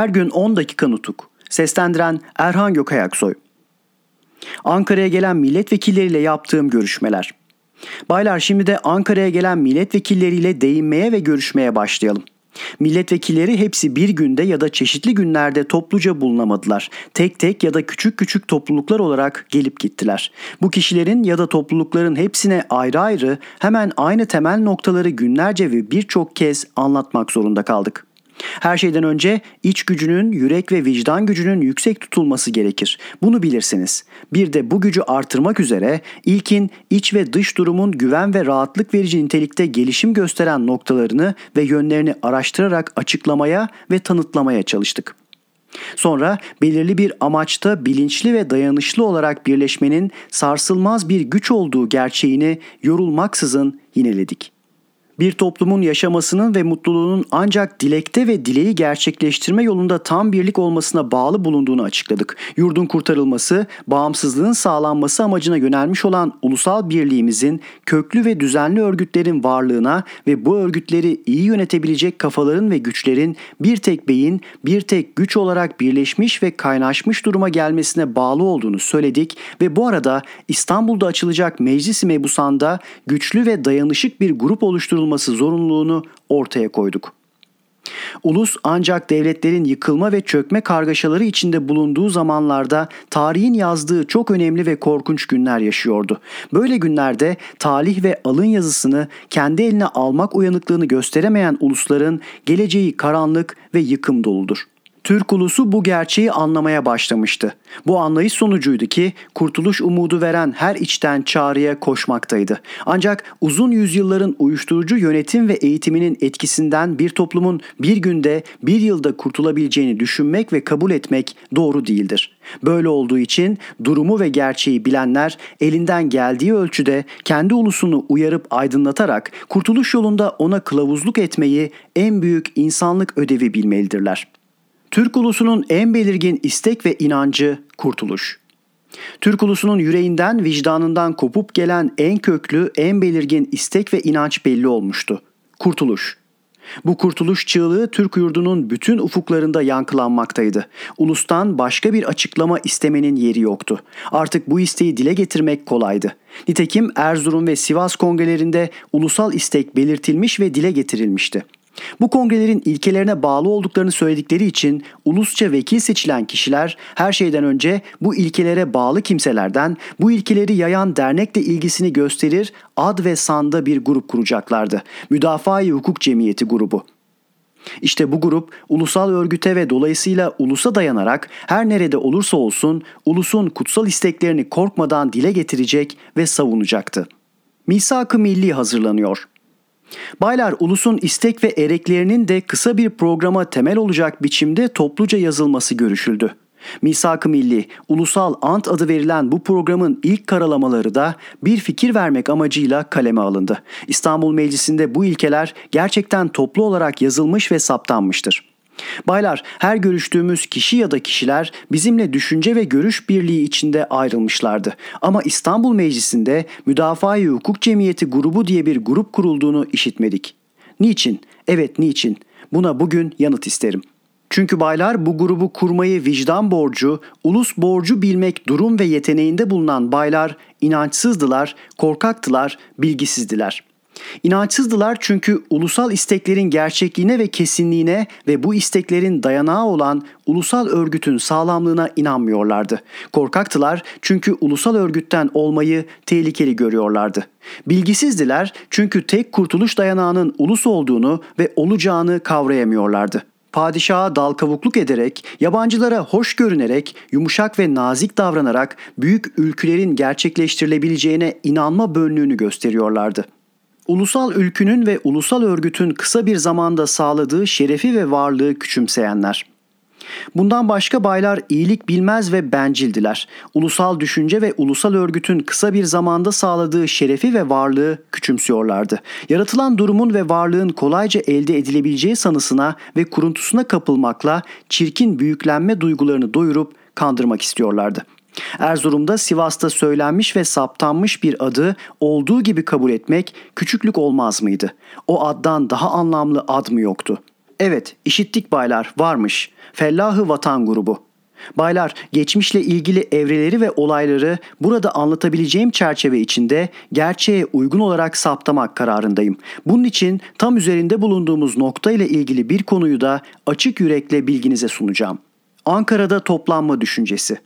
Her gün 10 dakika nutuk. Seslendiren Erhan Gökayaksoy. Ankara'ya gelen milletvekilleriyle yaptığım görüşmeler. Baylar, şimdi de Ankara'ya gelen milletvekilleriyle değinmeye ve görüşmeye başlayalım. Milletvekilleri hepsi bir günde ya da çeşitli günlerde topluca bulunamadılar. Tek tek ya da küçük küçük topluluklar olarak gelip gittiler. Bu kişilerin ya da toplulukların hepsine ayrı ayrı hemen aynı temel noktaları günlerce ve birçok kez anlatmak zorunda kaldık. Her şeyden önce iç gücünün, yürek ve vicdan gücünün yüksek tutulması gerekir. Bunu bilirsiniz. Bir de bu gücü artırmak üzere ilkin iç ve dış durumun güven ve rahatlık verici nitelikte gelişim gösteren noktalarını ve yönlerini araştırarak açıklamaya ve tanıtlamaya çalıştık. Sonra belirli bir amaçta bilinçli ve dayanışlı olarak birleşmenin sarsılmaz bir güç olduğu gerçeğini yorulmaksızın yineledik. Bir toplumun yaşamasının ve mutluluğunun ancak dilekte ve dileği gerçekleştirme yolunda tam birlik olmasına bağlı bulunduğunu açıkladık. Yurdun kurtarılması, bağımsızlığın sağlanması amacına yönelmiş olan ulusal birliğimizin köklü ve düzenli örgütlerin varlığına ve bu örgütleri iyi yönetebilecek kafaların ve güçlerin bir tek beyin, bir tek güç olarak birleşmiş ve kaynaşmış duruma gelmesine bağlı olduğunu söyledik ve bu arada İstanbul'da açılacak Meclis-i Mebusan'da güçlü ve dayanışık bir grup oluşturulması zorunluluğunu ortaya koyduk. Ulus ancak devletlerin yıkılma ve çökme kargaşaları içinde bulunduğu zamanlarda tarihin yazdığı çok önemli ve korkunç günler yaşıyordu. Böyle günlerde talih ve alın yazısını kendi eline almak uyanıklığını gösteremeyen ulusların geleceği karanlık ve yıkım doludur. Türk ulusu bu gerçeği anlamaya başlamıştı. Bu anlayış sonucuydu ki kurtuluş umudu veren her içten çağrıya koşmaktaydı. Ancak uzun yüzyılların uyuşturucu yönetim ve eğitiminin etkisinden bir toplumun bir günde, bir yılda kurtulabileceğini düşünmek ve kabul etmek doğru değildir. Böyle olduğu için durumu ve gerçeği bilenler elinden geldiği ölçüde kendi ulusunu uyarıp aydınlatarak kurtuluş yolunda ona kılavuzluk etmeyi en büyük insanlık ödevi bilmelidirler. Türk ulusunun en belirgin istek ve inancı kurtuluş. Türk ulusunun yüreğinden, vicdanından kopup gelen en köklü, en belirgin istek ve inanç belli olmuştu. Kurtuluş. Bu kurtuluş çığlığı Türk yurdunun bütün ufuklarında yankılanmaktaydı. Ulustan başka bir açıklama istemenin yeri yoktu. Artık bu isteği dile getirmek kolaydı. Nitekim Erzurum ve Sivas kongrelerinde ulusal istek belirtilmiş ve dile getirilmişti. Bu kongrelerin ilkelerine bağlı olduklarını söyledikleri için ulusça vekil seçilen kişiler her şeyden önce bu ilkelere bağlı kimselerden bu ilkeleri yayan dernekle ilgisini gösterir, ad ve sanda bir grup kuracaklardı. Müdafaa-i Hukuk Cemiyeti grubu. İşte bu grup ulusal örgüte ve dolayısıyla ulusa dayanarak her nerede olursa olsun ulusun kutsal isteklerini korkmadan dile getirecek ve savunacaktı. Misak-ı Milli hazırlanıyor. Baylar, ulusun istek ve ereklerinin de kısa bir programa temel olacak biçimde topluca yazılması görüşüldü. Misak-ı Milli, Ulusal Ant adı verilen bu programın ilk karalamaları da bir fikir vermek amacıyla kaleme alındı. İstanbul Meclisi'nde bu ilkeler gerçekten toplu olarak yazılmış ve saptanmıştır. Baylar, her görüştüğümüz kişi ya da kişiler bizimle düşünce ve görüş birliği içinde ayrılmışlardı. Ama İstanbul Meclisi'nde Müdafaa-i Hukuk Cemiyeti grubu diye bir grup kurulduğunu işitmedik. Niçin? Evet, niçin? Buna bugün yanıt isterim. Çünkü baylar, bu grubu kurmayı vicdan borcu, ulus borcu bilmek durum ve yeteneğinde bulunan baylar inançsızdılar, korkaktılar, bilgisizdiler. İnançsızdılar çünkü ulusal isteklerin gerçekliğine ve kesinliğine ve bu isteklerin dayanağı olan ulusal örgütün sağlamlığına inanmıyorlardı. Korkaktılar çünkü ulusal örgütten olmayı tehlikeli görüyorlardı. Bilgisizdiler çünkü tek kurtuluş dayanağının ulus olduğunu ve olacağını kavrayamıyorlardı. Padişaha dal kavukluk ederek, yabancılara hoş görünerek, yumuşak ve nazik davranarak büyük ülkülerin gerçekleştirilebileceğine inanma bönlüğünü gösteriyorlardı. Ulusal ülkünün ve ulusal örgütün kısa bir zamanda sağladığı şerefi ve varlığı küçümseyenler. Bundan başka baylar iyilik bilmez ve bencildiler. Ulusal düşünce ve ulusal örgütün kısa bir zamanda sağladığı şerefi ve varlığı küçümsüyorlardı. Yaratılan durumun ve varlığın kolayca elde edilebileceği sanısına ve kuruntusuna kapılmakla çirkin büyüklenme duygularını doyurup kandırmak istiyorlardı. Erzurum'da, Sivas'ta söylenmiş ve saptanmış bir adı olduğu gibi kabul etmek küçüklük olmaz mıydı? O addan daha anlamlı ad mı yoktu? Evet, işittik baylar, varmış. Fellahı Vatan Grubu. Baylar, geçmişle ilgili evreleri ve olayları burada anlatabileceğim çerçeve içinde gerçeğe uygun olarak saptamak kararındayım. Bunun için tam üzerinde bulunduğumuz nokta ile ilgili bir konuyu da açık yürekle bilginize sunacağım. Ankara'da toplanma düşüncesi.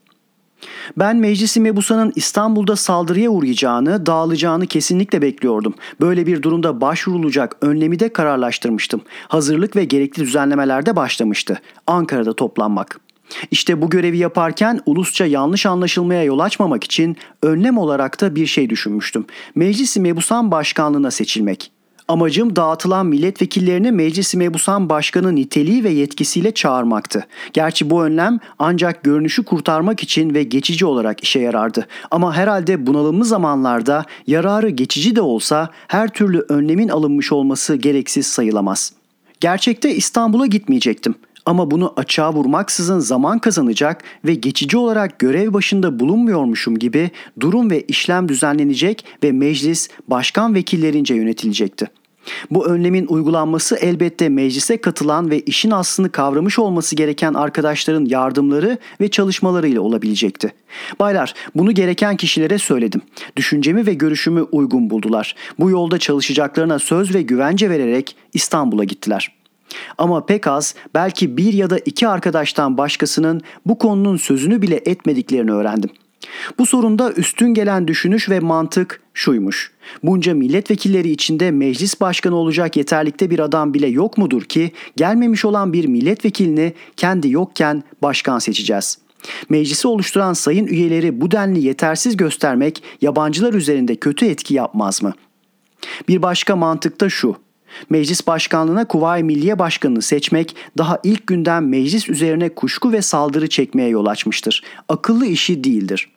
Ben Meclis-i Mebusa'nın İstanbul'da saldırıya uğrayacağını, dağılacağını kesinlikle bekliyordum. Böyle bir durumda başvurulacak önlemi de kararlaştırmıştım. Hazırlık ve gerekli düzenlemeler de başlamıştı. Ankara'da toplanmak. İşte bu görevi yaparken ulusça yanlış anlaşılmaya yol açmamak için önlem olarak da bir şey düşünmüştüm. Meclis-i Mebusan başkanlığına seçilmek. Amacım dağıtılan milletvekillerini Meclis-i Mebusan Başkanı niteliği ve yetkisiyle çağırmaktı. Gerçi bu önlem ancak görünüşü kurtarmak için ve geçici olarak işe yarardı. Ama herhalde bunalımlı zamanlarda yararı geçici de olsa her türlü önlemin alınmış olması gereksiz sayılamaz. Gerçekte İstanbul'a gitmeyecektim. Ama bunu açığa vurmaksızın zaman kazanacak ve geçici olarak görev başında bulunmuyormuşum gibi durum ve işlem düzenlenecek ve meclis başkan vekillerince yönetilecekti. Bu önlemin uygulanması elbette meclise katılan ve işin aslını kavramış olması gereken arkadaşların yardımları ve çalışmalarıyla olabilecekti. Baylar, bunu gereken kişilere söyledim. Düşüncemi ve görüşümü uygun buldular. Bu yolda çalışacaklarına söz ve güvence vererek İstanbul'a gittiler. Ama pek az, belki bir ya da iki arkadaştan başkasının bu konunun sözünü bile etmediklerini öğrendim. Bu sorunda üstün gelen düşünüş ve mantık şuymuş. Bunca milletvekilleri içinde meclis başkanı olacak yeterlikte bir adam bile yok mudur ki gelmemiş olan bir milletvekilini kendi yokken başkan seçeceğiz? Meclisi oluşturan sayın üyeleri bu denli yetersiz göstermek yabancılar üzerinde kötü etki yapmaz mı? Bir başka mantık da şu. Meclis başkanlığına Kuvayi Milliye Başkanı'nı seçmek daha ilk günden meclis üzerine kuşku ve saldırı çekmeye yol açmıştır. Akıllı işi değildir.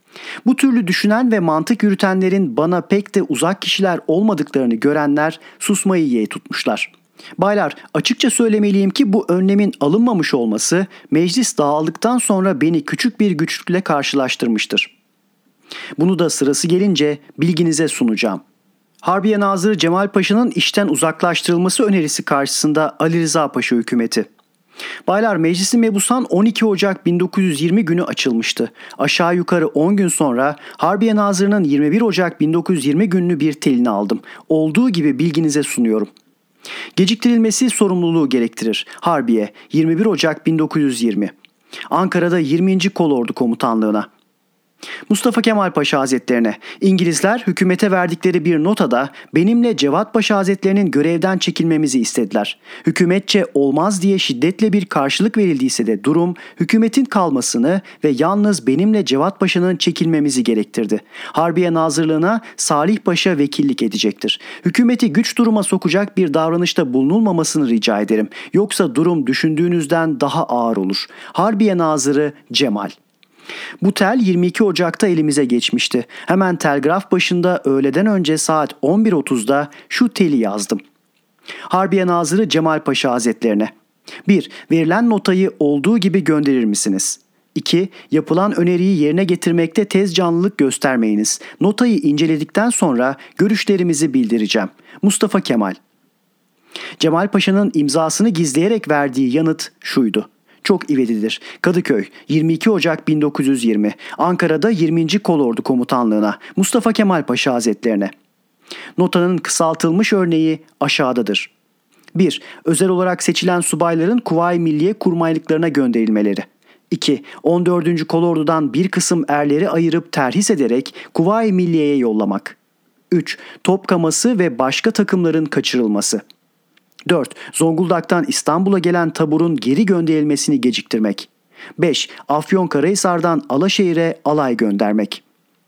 Bu türlü düşünen ve mantık yürütenlerin bana pek de uzak kişiler olmadıklarını görenler susmayı yeğ tutmuşlar. Baylar, açıkça söylemeliyim ki bu önlemin alınmamış olması meclis dağıldıktan sonra beni küçük bir güçlükle karşılaştırmıştır. Bunu da sırası gelince bilginize sunacağım. Harbiye Nazırı Cemal Paşa'nın işten uzaklaştırılması önerisi karşısında Ali Rıza Paşa hükümeti. Baylar, Meclis-i Mebusan 12 Ocak 1920 günü açılmıştı. Aşağı yukarı 10 gün sonra Harbiye Nazırı'nın 21 Ocak 1920 günlü bir telini aldım. Olduğu gibi bilginize sunuyorum. Geciktirilmesi sorumluluğu gerektirir. Harbiye 21 Ocak 1920. Ankara'da 20. Kolordu Komutanlığı'na. Mustafa Kemal Paşa Hazretlerine, İngilizler hükümete verdikleri bir notada benimle Cevat Paşa Hazretlerinin görevden çekilmemizi istediler. Hükümetçe olmaz diye şiddetle bir karşılık verildiyse de durum hükümetin kalmasını ve yalnız benimle Cevat Paşa'nın çekilmemizi gerektirdi. Harbiye Nazırlığına Salih Paşa vekillik edecektir. Hükümeti güç duruma sokacak bir davranışta bulunulmamasını rica ederim. Yoksa durum düşündüğünüzden daha ağır olur. Harbiye Nazırı Cemal. Bu tel 22 Ocak'ta elimize geçmişti. Hemen telgraf başında öğleden önce saat 11.30'da şu teli yazdım. Harbiye Nazırı Cemal Paşa Hazretlerine. 1. Verilen notayı olduğu gibi gönderir misiniz? 2. Yapılan öneriyi yerine getirmekte tez canlılık göstermeyiniz. Notayı inceledikten sonra görüşlerimizi bildireceğim. Mustafa Kemal. Cemal Paşa'nın imzasını gizleyerek verdiği yanıt şuydu. Çok ivedidir. Kadıköy 22 Ocak 1920. Ankara'da 20. Kolordu Komutanlığı'na Mustafa Kemal Paşa Hazretlerine. Notanın kısaltılmış örneği aşağıdadır. 1. Özel olarak seçilen subayların Kuvayi Milliye kurmaylıklarına gönderilmeleri. 2. 14. Kolordu'dan bir kısım erleri ayırıp terhis ederek Kuvayi Milliye'ye yollamak. 3. Top kaması ve başka takımların kaçırılması. 4. Zonguldak'tan İstanbul'a gelen taburun geri gönderilmesini geciktirmek. 5. Afyonkarahisar'dan Alaşehir'e alay göndermek.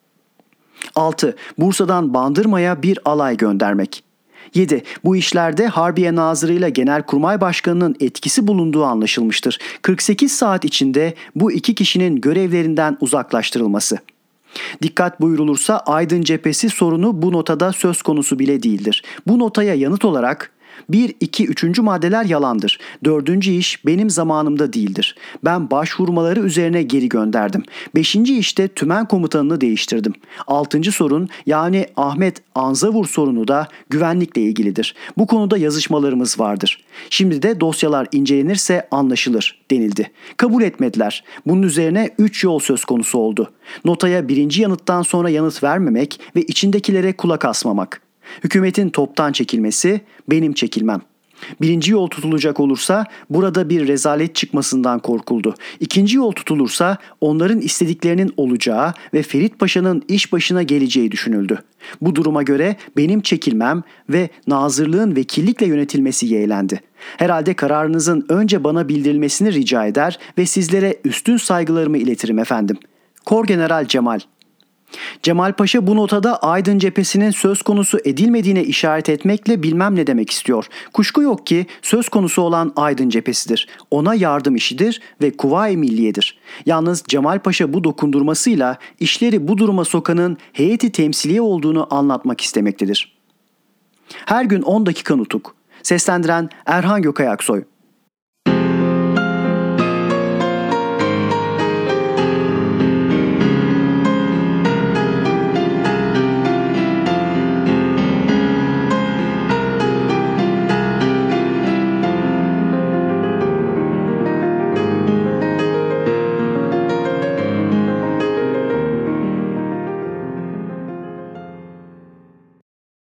6. Bursa'dan Bandırma'ya bir alay göndermek. 7. Bu işlerde Harbiye Nazırı ile Genelkurmay Başkanı'nın etkisi bulunduğu anlaşılmıştır. 48 saat içinde bu iki kişinin görevlerinden uzaklaştırılması. Dikkat buyurulursa Aydın cephesi sorunu bu notada söz konusu bile değildir. Bu notaya yanıt olarak 1, 2, 3. maddeler yalandır. 4. iş benim zamanımda değildir. Ben başvurmaları üzerine geri gönderdim. 5. işte tümen komutanını değiştirdim. 6. sorun yani Ahmet Anzavur sorunu da güvenlikle ilgilidir. Bu konuda yazışmalarımız vardır. Şimdi de dosyalar incelenirse anlaşılır denildi. Kabul etmediler. Bunun üzerine 3 yol söz konusu oldu. Notaya 1. yanıttan sonra yanıt vermemek ve içindekilere kulak asmamak. Hükümetin toptan çekilmesi, benim çekilmem. 1. yol tutulacak olursa burada bir rezalet çıkmasından korkuldu. 2. yol tutulursa onların istediklerinin olacağı ve Ferit Paşa'nın iş başına geleceği düşünüldü. Bu duruma göre benim çekilmem ve nazırlığın vekillikle yönetilmesi yeğlendi. Herhalde kararınızın önce bana bildirilmesini rica eder ve sizlere üstün saygılarımı iletirim efendim. Korgeneral Cemal. Cemal Paşa bu notada Aydın cephesinin söz konusu edilmediğine işaret etmekle bilmem ne demek istiyor. Kuşku yok ki söz konusu olan Aydın cephesidir. Ona yardım işidir ve Kuvayi Milliye'dir. Yalnız Cemal Paşa bu dokundurmasıyla işleri bu duruma sokanın heyeti temsiliye olduğunu anlatmak istemektedir. Her gün 10 dakika nutuk. Seslendiren Erhan Gökayaksoy.